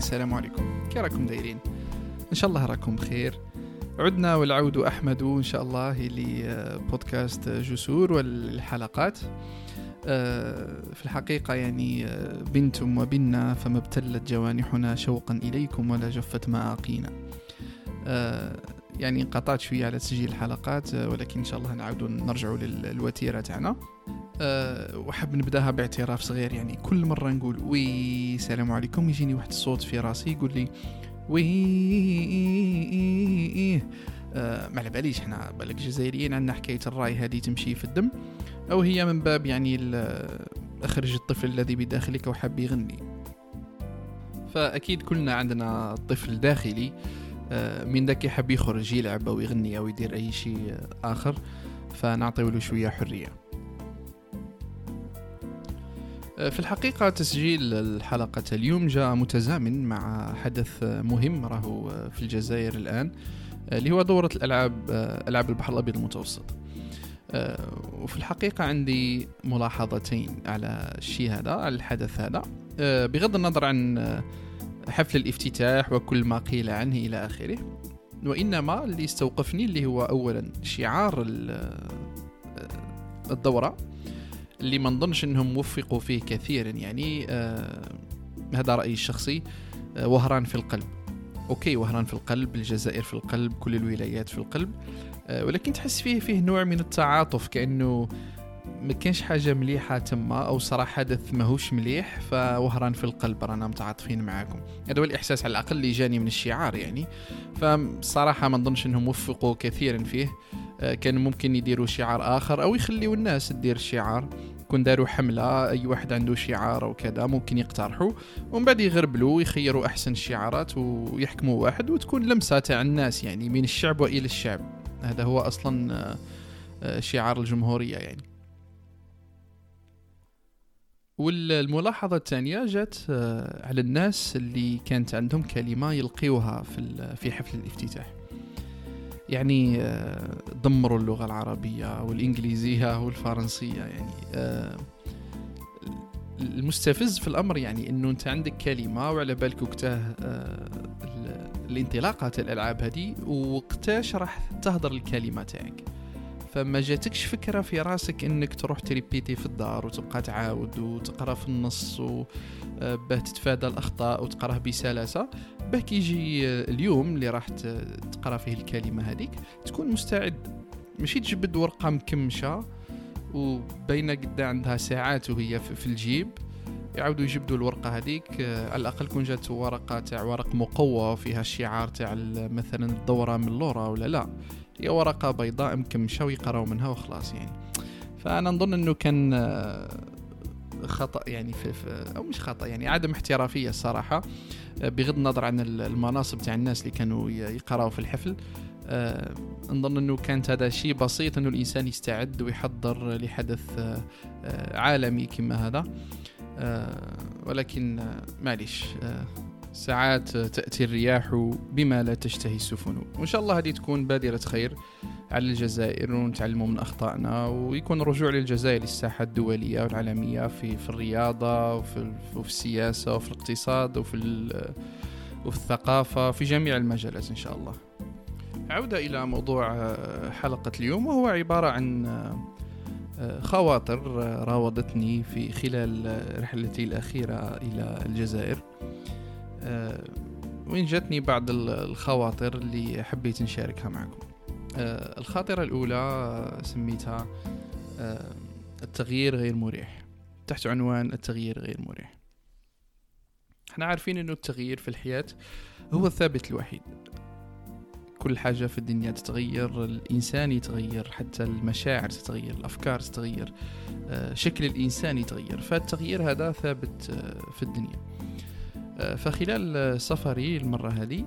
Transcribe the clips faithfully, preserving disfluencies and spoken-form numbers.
السلام عليكم، كي راكم دايرين؟ ان شاء الله راكم بخير. عدنا والعود احمد ان شاء الله لبودكاست جسور والحلقات. في الحقيقة يعني بنتم وبنا فما ابتلت جوانحنا شوقا إليكم ولا جفت مآقينا. يعني انقطعت شوية على تسجيل الحلقات، ولكن إن شاء الله نعود نرجع للوتيرة تاعنا. وحب نبداها باعتراف صغير. يعني كل مرة نقول وي سلام عليكم يجيني واحد الصوت في راسي يقول لي وي آه ما على باليش احنا بالك جزائريين عندنا حكاية الراي هذه تمشي في الدم، أو هي من باب يعني أخرج الطفل الذي بداخلك وحب يغني. فأكيد كلنا عندنا طفل داخلي من ذاك يحب يخرج يلعب أو يغني أو يدير أي شيء آخر، فنعطيه له شوية حرية. في الحقيقة تسجيل الحلقة اليوم جاء متزامن مع حدث مهم راهو في الجزائر الآن، اللي هو دورة الألعاب ألعاب البحر الأبيض المتوسط. وفي الحقيقة عندي ملاحظتين على الشيء هذا، على الحدث هذا، بغض النظر عن حفل الافتتاح وكل ما قيل عنه إلى آخره. وإنما اللي استوقفني اللي هو أولا شعار الدورة اللي ما نظنش أنهم وفقوا فيه كثيرا. يعني هذا رأيي الشخصي، وهران في القلب. أوكي، وهران في القلب، الجزائر في القلب، كل الولايات في القلب، ولكن تحس فيه فيه نوع من التعاطف، كأنه ما كانش حاجة مليحة تم، أو صراحة حدث ماهوش مليح فوهران في القلب رانا متعاطفين معاكم. هذا هو الإحساس على الأقل اللي جاني من الشعار. يعني فصراحة ما نظنش أنهم وفقوا كثيرا فيه. كانوا ممكن يديروا شعار آخر أو يخليوا الناس تدير الشعار. كون داروا حملة أي واحد عنده شعار أو كذا ممكن يقترحوا، ومن بعد يغربلوا ويخيروا أحسن الشعارات ويحكموا واحد، وتكون لمسة تاع الناس يعني من الشعب وإلى الشعب. هذا هو أصلا شعار الجمهورية يعني. والملاحظة الثانية جات على الناس اللي كانت عندهم كلمة يلقيوها في في حفل الافتتاح. يعني دمروا اللغة العربية والإنجليزية والفرنسية. يعني المستفز في الأمر يعني إنه أنت عندك كلمة وعلى بالك وقتها الانطلاقة الألعاب هذه وقتاش راح تهدر الكلمة تاعك، فما جاتكش فكرة في راسك انك تروح تريبيتي في الدار وتبقى تعاود وتقرأ في النص وباه تتفادى الأخطاء وتقرأه بسلاسة، باه يجي اليوم اللي راح تقرأ فيه الكلمة هذيك تكون مستعد. مشي تجبد ورقة مكمشة وبين قد عندها ساعات وهي في الجيب، يعودوا يجبدوا الورقة هذيك. على الأقل كون جات ورقة تاع ورق مقوى فيها الشعار تاع مثلا الدورة من اللورا ولا لا، هي ورقة بيضاء مكمشة ويقراوا منها وخلاص. يعني فأنا نظن أنه كان خطأ يعني في, في أو مش خطأ، يعني عدم احترافية الصراحة، بغض النظر عن المناصب تاع الناس اللي كانوا يقراوا في الحفل. نظن أنه كانت هذا شيء بسيط أنه الإنسان يستعد ويحضر لحدث عالمي كما هذا، ولكن معليش، ساعات تأتي الرياح بما لا تشتهي السفن. وإن شاء الله هذه تكون بادرة خير على الجزائر، ونتعلموا من أخطائنا، ويكون رجوع للجزائر للساحة الدولية والعالمية في في الرياضة وفي وفي السياسة وفي الاقتصاد وفي وفي الثقافة، في جميع المجالات إن شاء الله. عودة إلى موضوع حلقة اليوم، وهو عبارة عن خواطر راودتني في خلال رحلتي الأخيرة إلى الجزائر، وين جاتني بعض الخواطر اللي حبيت نشاركها معكم. الخاطرة الأولى سميتها التغيير غير مريح، تحت عنوان التغيير غير مريح. احنا عارفين انه التغيير في الحياة هو الثابت الوحيد. كل حاجة في الدنيا تتغير، الإنسان يتغير، حتى المشاعر تتغير، الأفكار تتغير، شكل الإنسان يتغير، فالتغيير هذا ثابت في الدنيا. فخلال سفري المرة هذه،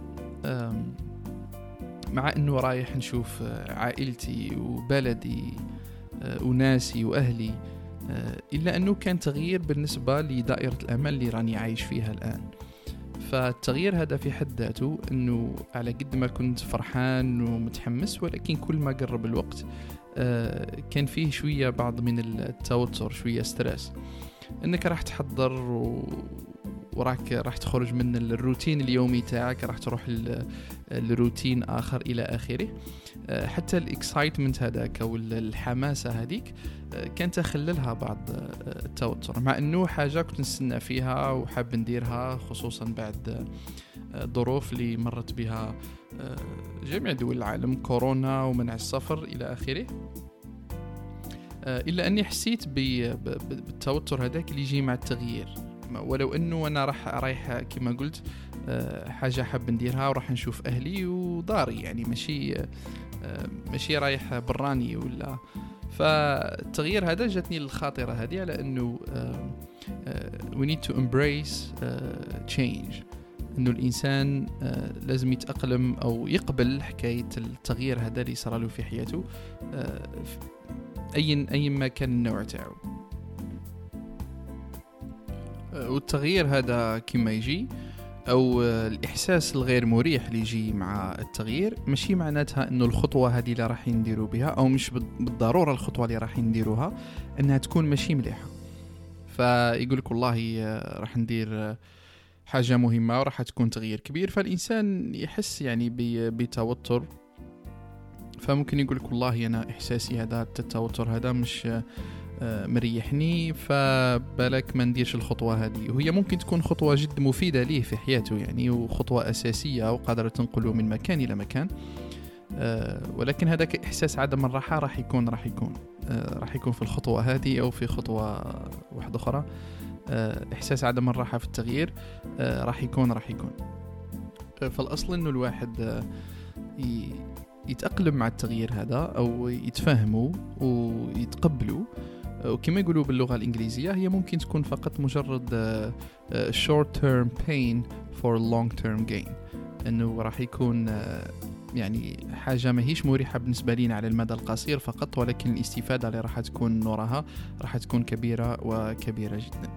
مع أنه رايح نشوف عائلتي وبلدي وناسي وأهلي، إلا أنه كان تغيير بالنسبة لدائرة الأمان اللي راني عايش فيها الآن. فالتغيير هذا في حد ذاته أنه على قد ما كنت فرحان ومتحمس، ولكن كل ما قرب الوقت كان فيه شوية بعض من التوتر، شوية ستريس، أنك راح تحضر و... وراك راح تخرج من الروتين اليومي تاعك، راح تروح لروتين آخر إلى آخره. حتى الإكسايتمنت هذاك أو الحماسة هذيك كان تخللها بعض التوتر، مع أنه حاجة كنت نستنى فيها وحاب نديرها، خصوصا بعد ظروف اللي مرت بها جميع دول العالم، كورونا ومنع السفر إلى آخره. إلا أني حسيت بالتوتر هذاك اللي يجي مع التغيير، ولو أنه أنا راح رايح كما قلت حاجة حاب نديرها وراح نشوف أهلي وداري، يعني ماشي ماشي رايح براني ولا. فالتغيير هذا جاتني الخاطرة هذه على أنه we need to embrace change، أنه الإنسان لازم يتأقلم أو يقبل حكاية التغيير هذا اللي صار له في حياته أي أي ما كان النوع تاعو. والتغيير هذا كما يجي أو الإحساس الغير مريح اللي يجي مع التغيير ماشي معناتها أنه الخطوة هذه اللي راح نديروا بها، أو مش بالضرورة الخطوة اللي راح نديروها أنها تكون ماشي مليحة. فيقولك والله راح ندير حاجة مهمة وراح تكون تغيير كبير، فالإنسان يحس يعني بتوتر، فممكن يقولك والله أنا إحساسي هذا التوتر هذا مش مريحني، فبالك ما نديرش الخطوة هذه. وهي ممكن تكون خطوة جد مفيدة ليه في حياته يعني، وخطوة أساسية وقادرة تنقله من مكان إلى مكان، ولكن هذاك إحساس عدم الراحة راح يكون راح يكون راح يكون في الخطوة هذه أو في خطوة واحدة أخرى. إحساس عدم الراحة في التغيير راح يكون راح يكون فالأصل إنه الواحد يتأقلم مع التغيير هذا أو يتفهمه ويتقبله. وكما يقولوا باللغة الإنجليزية هي ممكن تكون فقط مجرد short term pain for long term gain، أنه راح يكون يعني حاجة ما هيش مريحة بالنسبة لنا على المدى القصير فقط، ولكن الاستفادة اللي راح تكون وراها راح تكون كبيرة وكبيرة جدا.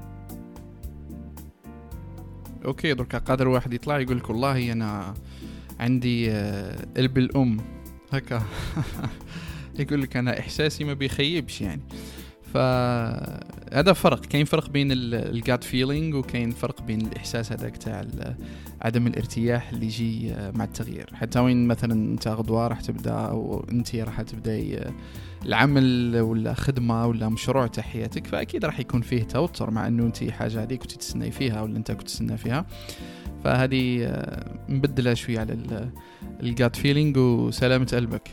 أوكي، دركا قادر واحد يطلع يقول لك والله أنا عندي قلب الأم هكا يقول لك أنا إحساسي ما بيخيبش يعني. فهذا فرق، كاين فرق بين الجات فيلينج وكاين فرق بين الإحساس هذاك تاع عدم الارتياح اللي يجي مع التغيير. حتى وين مثلا انت غدوة راح تبدأ أو انت راح تبدأ العمل ولا خدمة ولا مشروع تاع حياتك، فأكيد راح يكون فيه توتر مع أنه انت حاجة هذيك كنت تستنى فيها ولا انت كنت تستنى فيها. فهذه مبدلة شوية على الجات فيلينج وسلامة قلبك.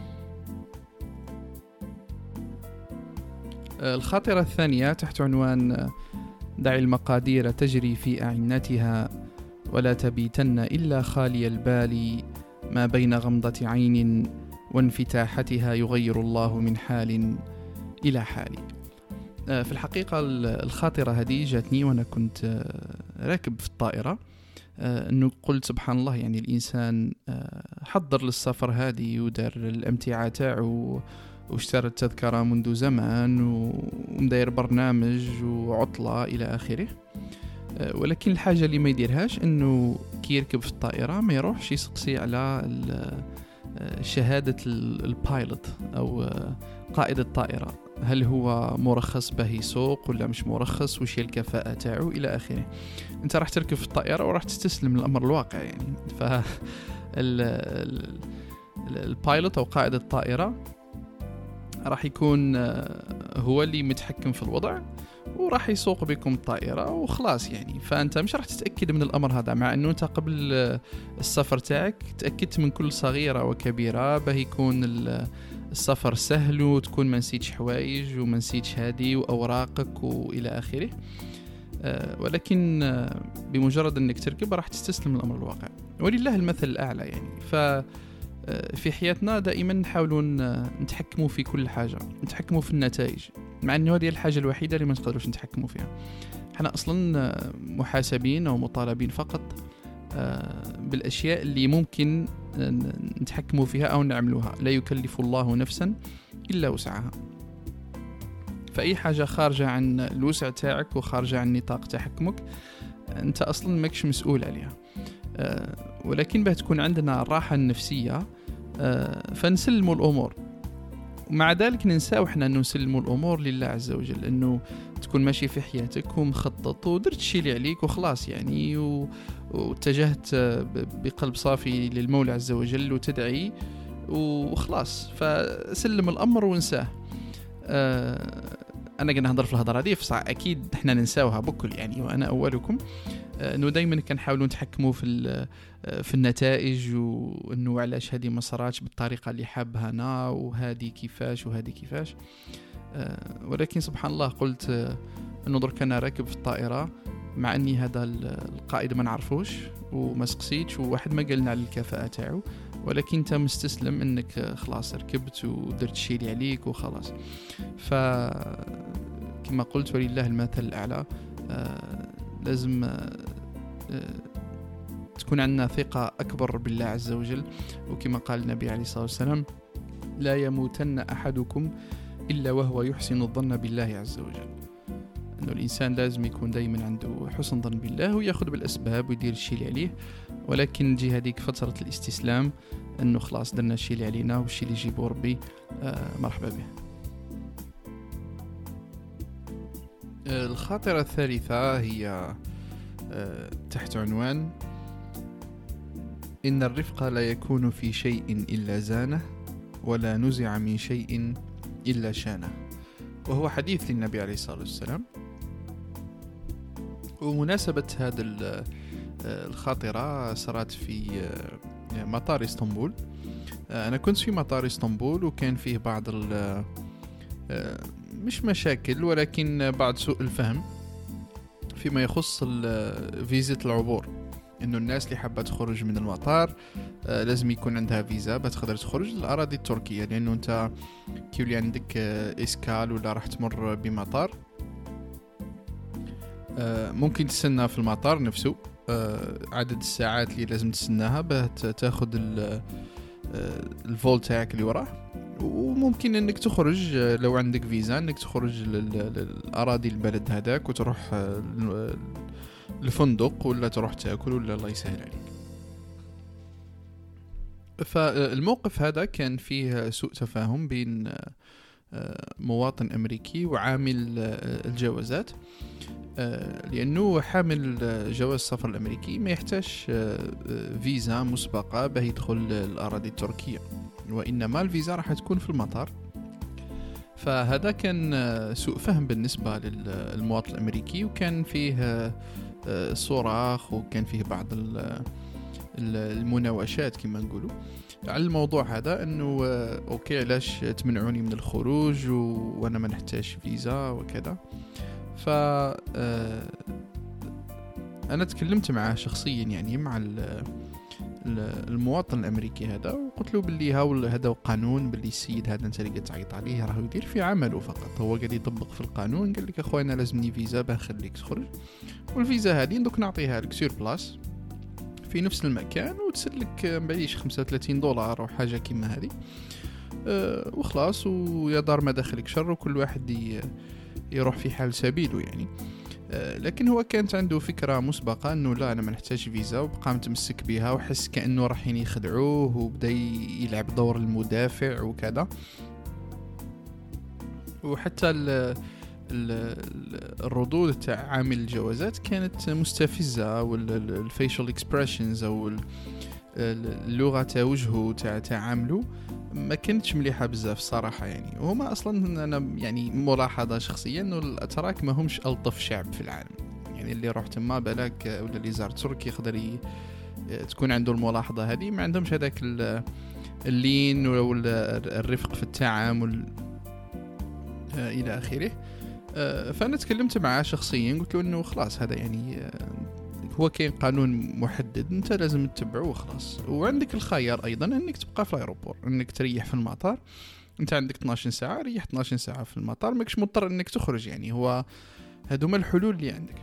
الخاطرة الثانية تحت عنوان دع المقادير تجري في أعنتها ولا تبيتن إلا خالي البال، ما بين غمضة عين وانفتاحتها يغير الله من حال إلى حال. في الحقيقة الخاطرة هذه جاتني وأنا كنت راكب في الطائرة، أنه قلت سبحان الله، يعني الإنسان حضر للسفر هذه ودار الامتعاء تاعه واشترى التذكرة منذ زمان ومداير برنامج وعطلة إلى آخره، ولكن الحاجة اللي ما يديرهاش أنه كي يركب في الطائرة ما يروحش يسقسي على شهادة البايلوت أو قائد الطائرة، هل هو مرخص به يسوق ولا مش مرخص، وش هي الكفاءة تاعه إلى آخره. أنت راح تركب في الطائرة وراح تستسلم للأمر الواقع يعني. فالبايلوت أو قائد الطائرة راح يكون هو اللي متحكم في الوضع وراح يسوق بكم الطائرة وخلاص يعني. فأنت مش راح تتأكد من الأمر هذا، مع أنه أنت قبل السفر تاعك تأكدت من كل صغيرة وكبيرة به يكون السفر سهل وتكون ما نسيتش حوايج وما نسيتش هادي وأوراقك وإلى آخره. ولكن بمجرد أنك تركب راح تستسلم للأمر الواقع، ولله المثل الأعلى يعني. ف في حياتنا دائما نحاولون نتحكموا في كل حاجة، نتحكموا في النتائج، مع أنه هذه الحاجة الوحيدة اللي ما نقدروش نتحكموا فيها. احنا أصلا محاسبين أو مطالبين فقط بالأشياء اللي ممكن نتحكموا فيها أو نعملوها. لا يكلف الله نفسا إلا وسعها. فأي حاجة خارجة عن الوسع تاعك وخارجة عن نطاق تحكمك أنت أصلا ماكش مسؤول عليها. ولكن بها تكون عندنا الراحة النفسية فنسلموا الأمور. ومع ذلك ننسى وحنا أنه نسلموا الأمور لله عز وجل، أنه تكون ماشي في حياتك ومخطط ودرت الشيء اللي عليك وخلاص يعني، واتجهت بقلب صافي للمولى عز وجل وتدعي وخلاص، فسلم الأمر ونساه. أه أنا قلنا نهضر في الهضرة دي فصح أكيد إحنا ننساوها بكل يعني، وأنا أولكم، أنه دايما كنحاولوا نتحكموا في في النتائج، وأنه علاش هذه ما صارتش بالطريقة اللي حابها أنا، وهذه كيفاش وهذه كيفاش. ولكن سبحان الله قلت أنه درك أنا راكب في الطائرة، مع أني هذا القائد ما نعرفوش وما سقسيتش وواحد ما قالنا على الكفاءة تاعو، ولكن انت مستسلم انك خلاص ركبت ودرت الشيء اللي عليك وخلاص. فكما قلت ولله المثل الأعلى، آه لازم آه تكون عندنا ثقة أكبر بالله عز وجل، وكما قال النبي عليه الصلاة والسلام: لا يموتن أحدكم إلا وهو يحسن الظن بالله عز وجل. أنه الإنسان لازم يكون دايما عنده حسن ظن بالله ويأخذ بالأسباب ويدير الشيء اللي عليه، ولكن جي هذيك فترة الاستسلام، أنه خلاص درنا الشيء اللي علينا والشيء اللي يجيبه ربي آه مرحبا به. آه الخاطرة الثالثة هي آه تحت عنوان: إن الرفق لا يكون في شيء إلا زانه، ولا نزع من شيء إلا شانه. وهو حديث للنبي عليه الصلاة والسلام. ومناسبة هذا الخاطرة صارت في مطار اسطنبول. أنا كنت في مطار اسطنبول وكان فيه بعض مش مشاكل ولكن بعض سوء الفهم فيما يخص فيزة العبور، إنه الناس اللي حابة تخرج من المطار لازم يكون عندها فيزا بتقدر تخرج للأراضي التركية، لأنه أنت كيولي عندك إسكال ولا راح تمر بمطار ممكن تستنى في المطار نفسه عدد الساعات اللي لازم تستناها باه تاخد الفول تاعك اللي وراه، وممكن انك تخرج لو عندك فيزا انك تخرج للأراضي البلد هذاك وتروح الفندق ولا تروح تاكل ولا الله يسهل عليك. فالموقف هذا كان فيه سوء تفاهم بين مواطن أمريكي وعامل الجوازات، لأنه حامل جواز السفر الأمريكي ما يحتاج فيزا مسبقة به يدخل الأراضي التركية، وإنما الفيزا راح تكون في المطار. فهذا كان سوء فهم بالنسبة للمواطن الأمريكي، وكان فيه صراخ وكان فيه بعض المناوشات كما نقولوا على الموضوع هذا، انه اوكي علاش تمنعوني من الخروج وانا ما نحتاج فيزا وكذا. ف انا تكلمت معه شخصيا يعني مع المواطن الامريكي هذا، وقلت له باللي هاول هذا قانون، باللي السيد هذا انت اللي تعيط عليه راه يدير في عمله فقط، هو قاعد يطبق في القانون. قال لك اخويا انا لازمني فيزا باه نخليك تخرج، والفيزا هذه ندوك نعطيها لك سور بلاس في نفس المكان وتسلك معليش خمسة وثلاثين دولار أو حاجة كيما هذه، أه وخلاص، ويا دار ما دخلك شر وكل واحد يروح في حال سبيله يعني. أه لكن هو كانت عنده فكرة مسبقة أنه لا أنا ما نحتاج فيزا، وبقى متمسك بها وحس كأنه راحين يخدعوه، وبدأ يلعب دور المدافع وكذا. وحتى ال الردود تاع عامل الجوازات كانت مستفزة، والفيشل اكسبريشنز او اللغة تاع وجهه تاع تعامله ما كانتش مليحة بزاف صراحة يعني. وهما اصلا انا يعني ملاحظة شخصيا انه الاتراك ما همش الطف شعب في العالم يعني، اللي رحت ما بالك ولا اللي زار تركيا يقدر تكون عنده الملاحظة هذه، ما عندهمش هذاك اللين ولا الرفق في التعامل الى اخره. فأنا تكلمت معه شخصيا قلت له أنه خلاص هذا يعني هو كاين قانون محدد أنت لازم تتبعه وخلاص، وعندك الخيار أيضا أنك تبقى في الأيروبور، أنك تريح في المطار. أنت عندك اثناش ساعة، ريح اثناش ساعة في المطار، ماكش مضطر أنك تخرج يعني. هو هذوما الحلول اللي عندك.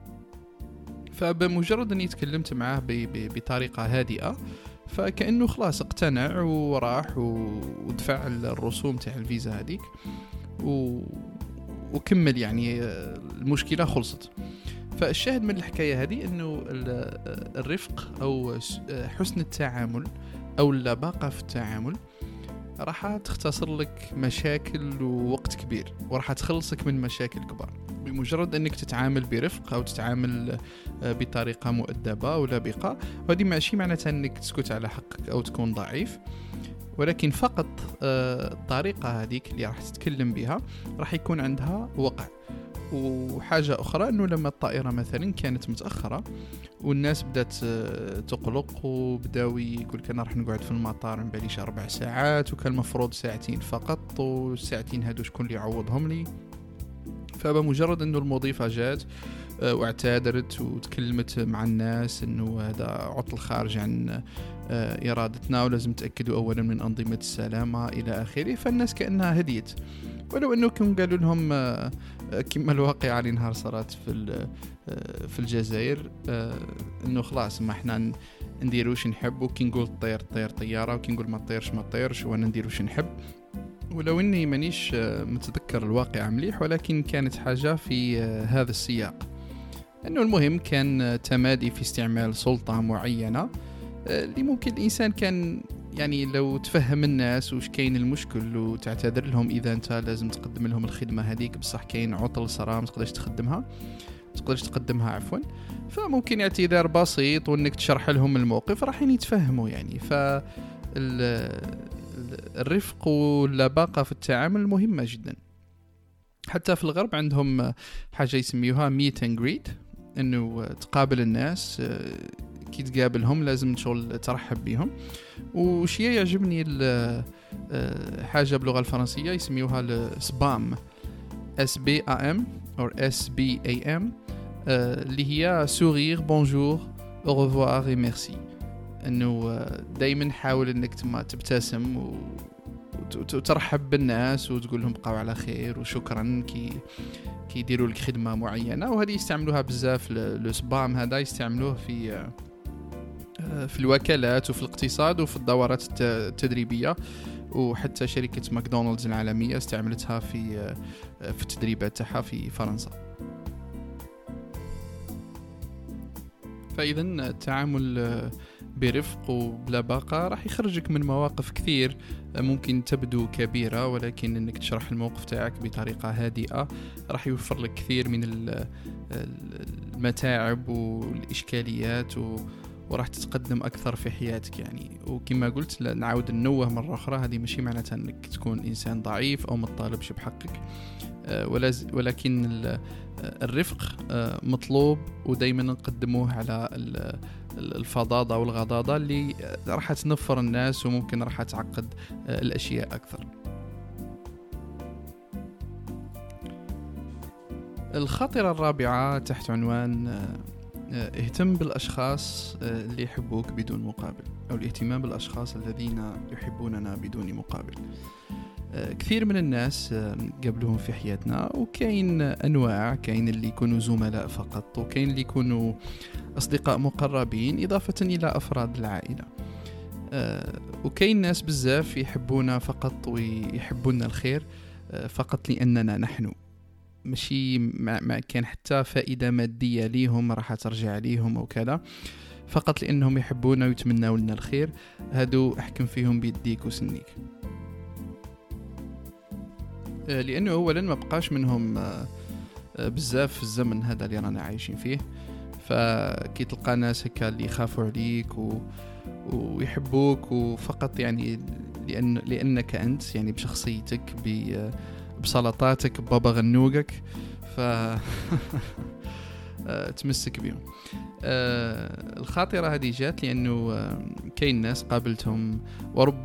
فبمجرد أني تكلمت معه بطريقة هادئة فكأنه خلاص اقتنع وراح ودفع الرسوم تاع الفيزا هذيك و وكمل يعني، المشكلة خلصت. فالشاهد من الحكاية هذه أنه الرفق أو حسن التعامل أو اللباقة في التعامل راح تختصر لك مشاكل ووقت كبير، وراح تخلصك من مشاكل كبار بمجرد أنك تتعامل برفق أو تتعامل بطريقة مؤدبة ولبقة. وهذه ماشي معناتها أنك تسكت على حقك أو تكون ضعيف، ولكن فقط الطريقة هذيك اللي راح تتكلم بها راح يكون عندها وقع. وحاجة أخرى أنه لما الطائرة مثلا كانت متأخرة والناس بدأت تقلق وبداوا يقول كنا راح نقعد في المطار من باليش أربع ساعات وكان المفروض ساعتين فقط، والساعتين هادو شكون اللي يعوضهم لي. فبمجرد أنه المضيفة جات واعتذرت وتكلمت مع الناس أنه هذا عطل خارج عن إرادتنا ولازم تأكدوا أولا من أنظمة السلامة إلى آخره، فالناس كأنها هديت. ولو أنه كم قالوا لهم كما الواقع اللي نهار صارت في في الجزائر أنه خلاص ما احنا نديروش نحب، وكي نقول طير طير طيارة وكي نقول ما طيرش ما طيرش وانا نديروش نحب. ولو اني مانيش متذكر الواقع مليح، ولكن كانت حاجة في هذا السياق انه المهم كان تمادي في استعمال سلطة معينة اللي ممكن الانسان كان يعني لو تفهم الناس وش كاين المشكل وتعتذر لهم اذا انت لازم تقدم لهم الخدمة هذيك بصح كاين عطل صرا ما تقدرش تخدمها تقدرش تقدمها عفوا، فممكن اعتذار بسيط وانك تشرح لهم الموقف راح يتفهموا يعني. ف الرفق واللباقة في التعامل مهمة جدا. حتى في الغرب عندهم حاجة يسميوها meet and greet، انه تقابل الناس كي تقابلهم لازم شغل ترحب بهم. وشيء يعجبني حاجة باللغة الفرنسية يسميوها السبام S B A M or S B A M اللي هي sourire bonjour au revoir et merci. انه دايما حاول انك تبتسم وترحب بالناس وتقول لهم بقاو على خير وشكرا كي كي يديروا لك خدمه معينه. وهذه يستعملوها بزاف، لو سبام هذا يستعملوه في في الوكالات وفي الاقتصاد وفي الدورات التدريبيه، وحتى شركه ماكدونالدز العالميه استعملتها في في التدريبات تاعها في فرنسا. فاذا التعامل برفق وبلباقة راح يخرجك من مواقف كثير ممكن تبدو كبيرة، ولكن انك تشرح الموقف تاعك بطريقة هادئة راح يوفر لك كثير من المتاعب والإشكاليات وراح تتقدم أكثر في حياتك يعني. وكما قلت نعاود ننوه مرة أخرى، هذه ماشي معناتها أنك تكون إنسان ضعيف أو مطالبش بحقك، ولكن الرفق مطلوب ودايما نقدموه على الفظاظة والغضاضة اللي راح تنفر الناس وممكن راح تعقد الأشياء أكثر. الخاطرة الرابعة تحت عنوان اهتم بالأشخاص اللي يحبوك بدون مقابل، أو الاهتمام بالأشخاص الذين يحبوننا بدون مقابل. كثير من الناس قبلهم في حياتنا، وكاين أنواع، كاين اللي يكونوا زملاء فقط، وكاين اللي يكونوا أصدقاء مقربين إضافة إلى أفراد العائلة، وكاين ناس بزاف يحبونا فقط ويحبونا الخير فقط لأننا نحن، ماشي ما كان حتى فائدة مادية ليهم راح ترجع ليهم أو كذا، فقط لأنهم يحبونا ويتمنوا لنا الخير. هادو أحكم فيهم بيديك وسنيك، لأنه أولا ما بقاش منهم بزاف في الزمن هذا اللي رانا عايشين فيه. فكي تلقى ناس هكا اللي يخافوا عليك و... ويحبوك وفقط يعني لأن... لأنك أنت يعني بشخصيتك ب... بسلطاتك ببابا غنوقك، ف تمسك بهم. الخاطرة هذه جات لأنه كاين ناس قابلتهم ورب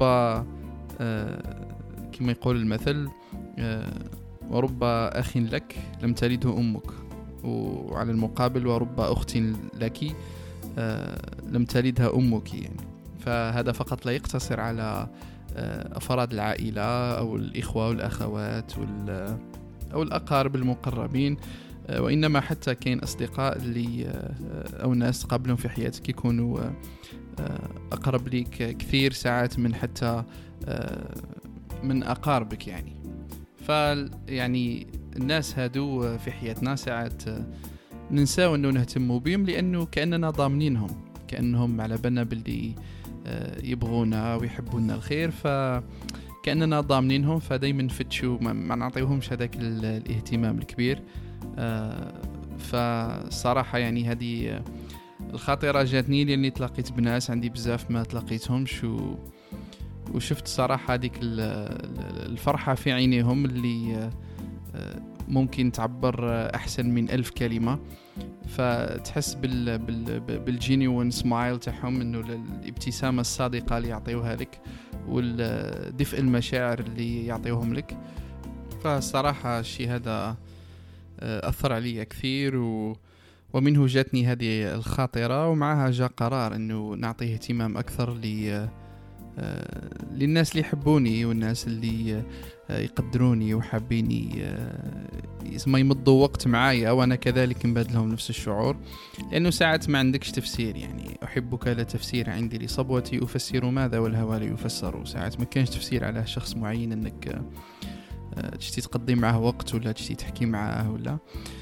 كما يقول المثل ورب أخ لك لم تلده أمك، وعلى المقابل ورب أخت لك لم تلدها أمك يعني. فهذا فقط لا يقتصر على أفراد العائلة أو الإخوة والأخوات أو الأقارب المقربين، وإنما حتى كاين أصدقاء اللي أو ناس قابلهم في حياتك يكونوا أقرب ليك كثير ساعات من حتى من أقاربك يعني. فيعني الناس هادو في حياتنا ساعات ننساو أنه نهتموا بهم لأنه كأننا ضامنينهم، كأنهم على بالنا باللي يبغونا ويحبونا الخير. ف كأننا ضامنينهم، فدايما نفتشوا ما, ما نعطيهمش هذاك الاهتمام الكبير. آه فصراحة يعني هذه الخاطرة جاتني لأني تلاقيت بناس عندي بزاف ما تلاقيتهمش، و وشفت صراحة هذيك الفرحة في عينيهم اللي ممكن تعبر أحسن من ألف كلمة. فتحس بال بال بالجينيون سمايل تاعهم، إنه الابتسامة الصادقة اللي يعطيوها لك والدفء المشاعر اللي يعطيوهم لك. فالصراحة الشيء هذا أثر علي كثير، و ومنه جاتني هذه الخاطرة، ومعها جاء قرار إنه نعطيه اهتمام أكثر ل للناس اللي يحبوني والناس اللي يقدروني وحابيني ما يمضوا وقت معايا، وأنا كذلك نبادلهم نفس الشعور. لأنه ساعات ما عندكش تفسير، يعني أحبك لا تفسير عندي لصبوتي أفسر ماذا والهوى لا يفسر. ساعات ما كانش تفسير على شخص معين أنك تشتي تقضي معه وقت ولا تشتي تحكي معه ولا.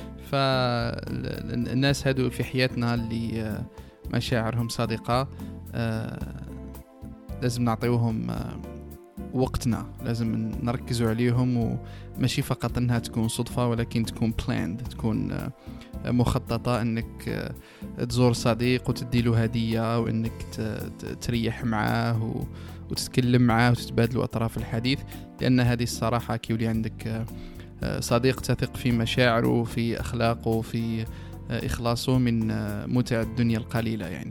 فالناس هادو في حياتنا اللي مشاعرهم صادقة لازم نعطيوهم وقتنا، لازم نركزوا عليهم، وماشي فقط انها تكون صدفة ولكن تكون planned، تكون مخططة انك تزور صديق وتدي له هدية، وانك تريح معاه وتتكلم معاه وتتبادلوا اطراف الحديث. لان هذه الصراحة كي يولي عندك صديق تثق في مشاعره وفي اخلاقه وفي اخلاصه من متع الدنيا القليلة يعني.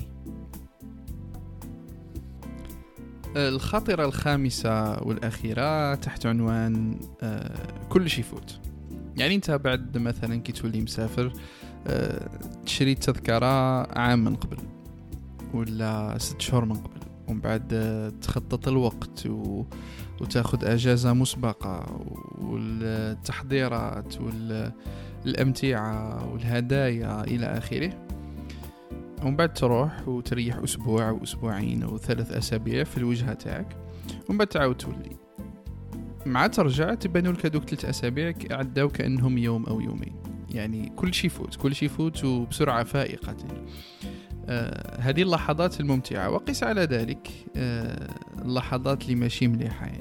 الخاطرة الخامسة والأخيرة تحت عنوان كل شيء يفوت. يعني أنت بعد مثلا كي تولي مسافر تشري تذكرة عام من قبل ولا ست شهور من قبل، ومن بعد تخطط الوقت و... وتاخد أجازة مسبقة والتحضيرات والأمتعة والهدايا إلى آخره، ومن بعد تروح وتريح أسبوع أو أسبوعين أو ثلاث أسابيع في الوجهة تاعك، ومن بعد تعاود تولي مع ترجع تبانوا لك هذوك ثلاث أسابيع عداو كأنهم يوم أو يومين. يعني كل شيء يفوت، كل شيء يفوت وبسرعة فائقة. آه هذه اللحظات الممتعة، وقس على ذلك آه اللحظات اللي ماشي مليحة. يعني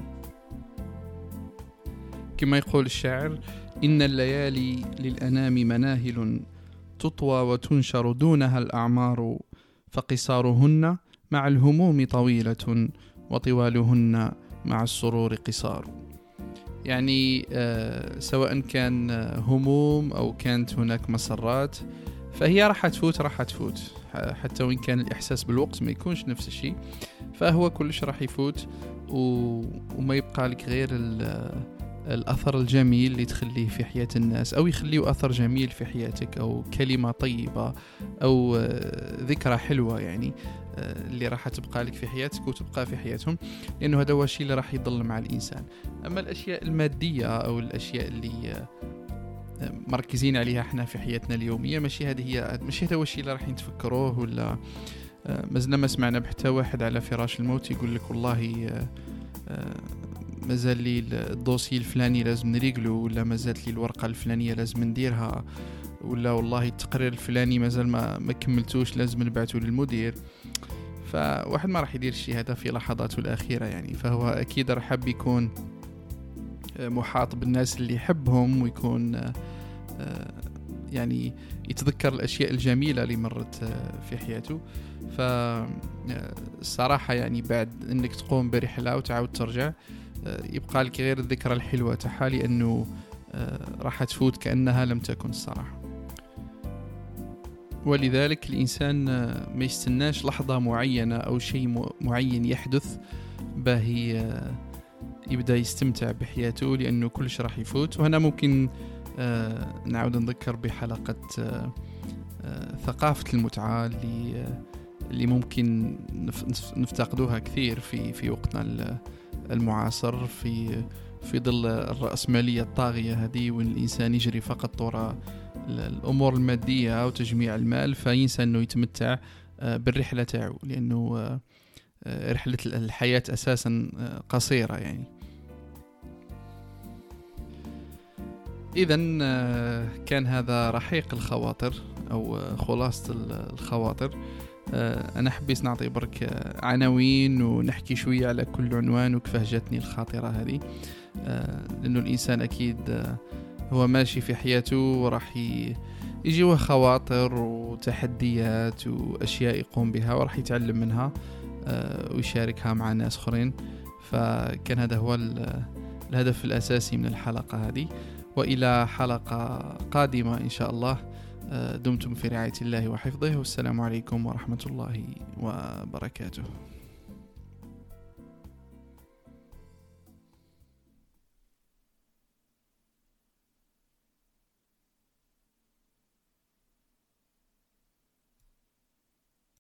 كما يقول الشاعر: إن الليالي للأنام مناهل تطوى وتنشر دونها الأعمار، فقصارهن مع الهموم طويلة وطوالهن مع السرور قصار. يعني آه سواء كان هموم أو كانت هناك مسرات، فهي راح تفوت راح تفوت حتى وإن كان الإحساس بالوقت ما يكونش نفس الشيء، فهو كلش راح يفوت، و... وما يبقى لك غير الأثر الجميل اللي تخليه في حياة الناس، أو يخليه أثر جميل في حياتك، أو كلمة طيبة، أو ذكرى حلوة يعني اللي راح تبقى لك في حياتك وتبقى في حياتهم، لأنه هذا هو الشيء اللي راح يضل مع الإنسان. أما الأشياء المادية أو الأشياء اللي مركزين عليها احنا في حياتنا اليومية، ماشي هذه هي ماشي هذا هو الشيء اللي راح نتفكروه. ولا مازلنا ما سمعنا بحتى واحد على فراش الموت يقول لك والله مازال لي الدوسي الفلاني لازم نريقله، ولا مازالت لي الورقة الفلانية لازم نديرها، ولا والله التقرير الفلاني مازال ما ما كملتوش لازم نبعته للمدير. فواحد ما راح يدير الشيء هذا في لحظاته الأخيرة يعني. فهو أكيد راح يكون محاط بالناس اللي يحبهم، ويكون يعني يتذكر الأشياء الجميلة اللي مرت في حياته. فالصراحة يعني بعد أنك تقوم برحلة وتعاود ترجع يبقى لك غير الذكرى الحلوة تاعها، لأنه راح تفوت كأنها لم تكن الصراحة. ولذلك الإنسان ما يستناش لحظة معينة أو شيء معين يحدث باهي يبدأ يستمتع بحياته، لأنه كلش راح يفوت. وهنا ممكن نعود نذكر بحلقة ثقافة المتعة اللي اللي ممكن نفتقدوها كثير في في وقتنا المعاصر، في في ظل الرأسمالية الطاغية هذه، وإن الإنسان يجري فقط وراء الأمور المادية وتجميع المال، فينسى أنه يتمتع بالرحلة تاعو، لأنه رحلة الحياة أساسا قصيرة يعني. إذن كان هذا رحيق الخواطر أو خلاصة الخواطر. أنا حبيت نعطي برك عناوين ونحكي شوية على كل عنوان وكيفاه جاتني الخاطرة هذه، لأنه الإنسان أكيد هو ماشي في حياته وراح يجيوه خواطر وتحديات وأشياء يقوم بها وراح يتعلم منها ويشاركها مع ناس آخرين. فكان هذا هو الهدف الأساسي من الحلقة هذه، وإلى حلقة قادمة إن شاء الله. دمتم في رعاية الله وحفظه، والسلام عليكم ورحمة الله وبركاته.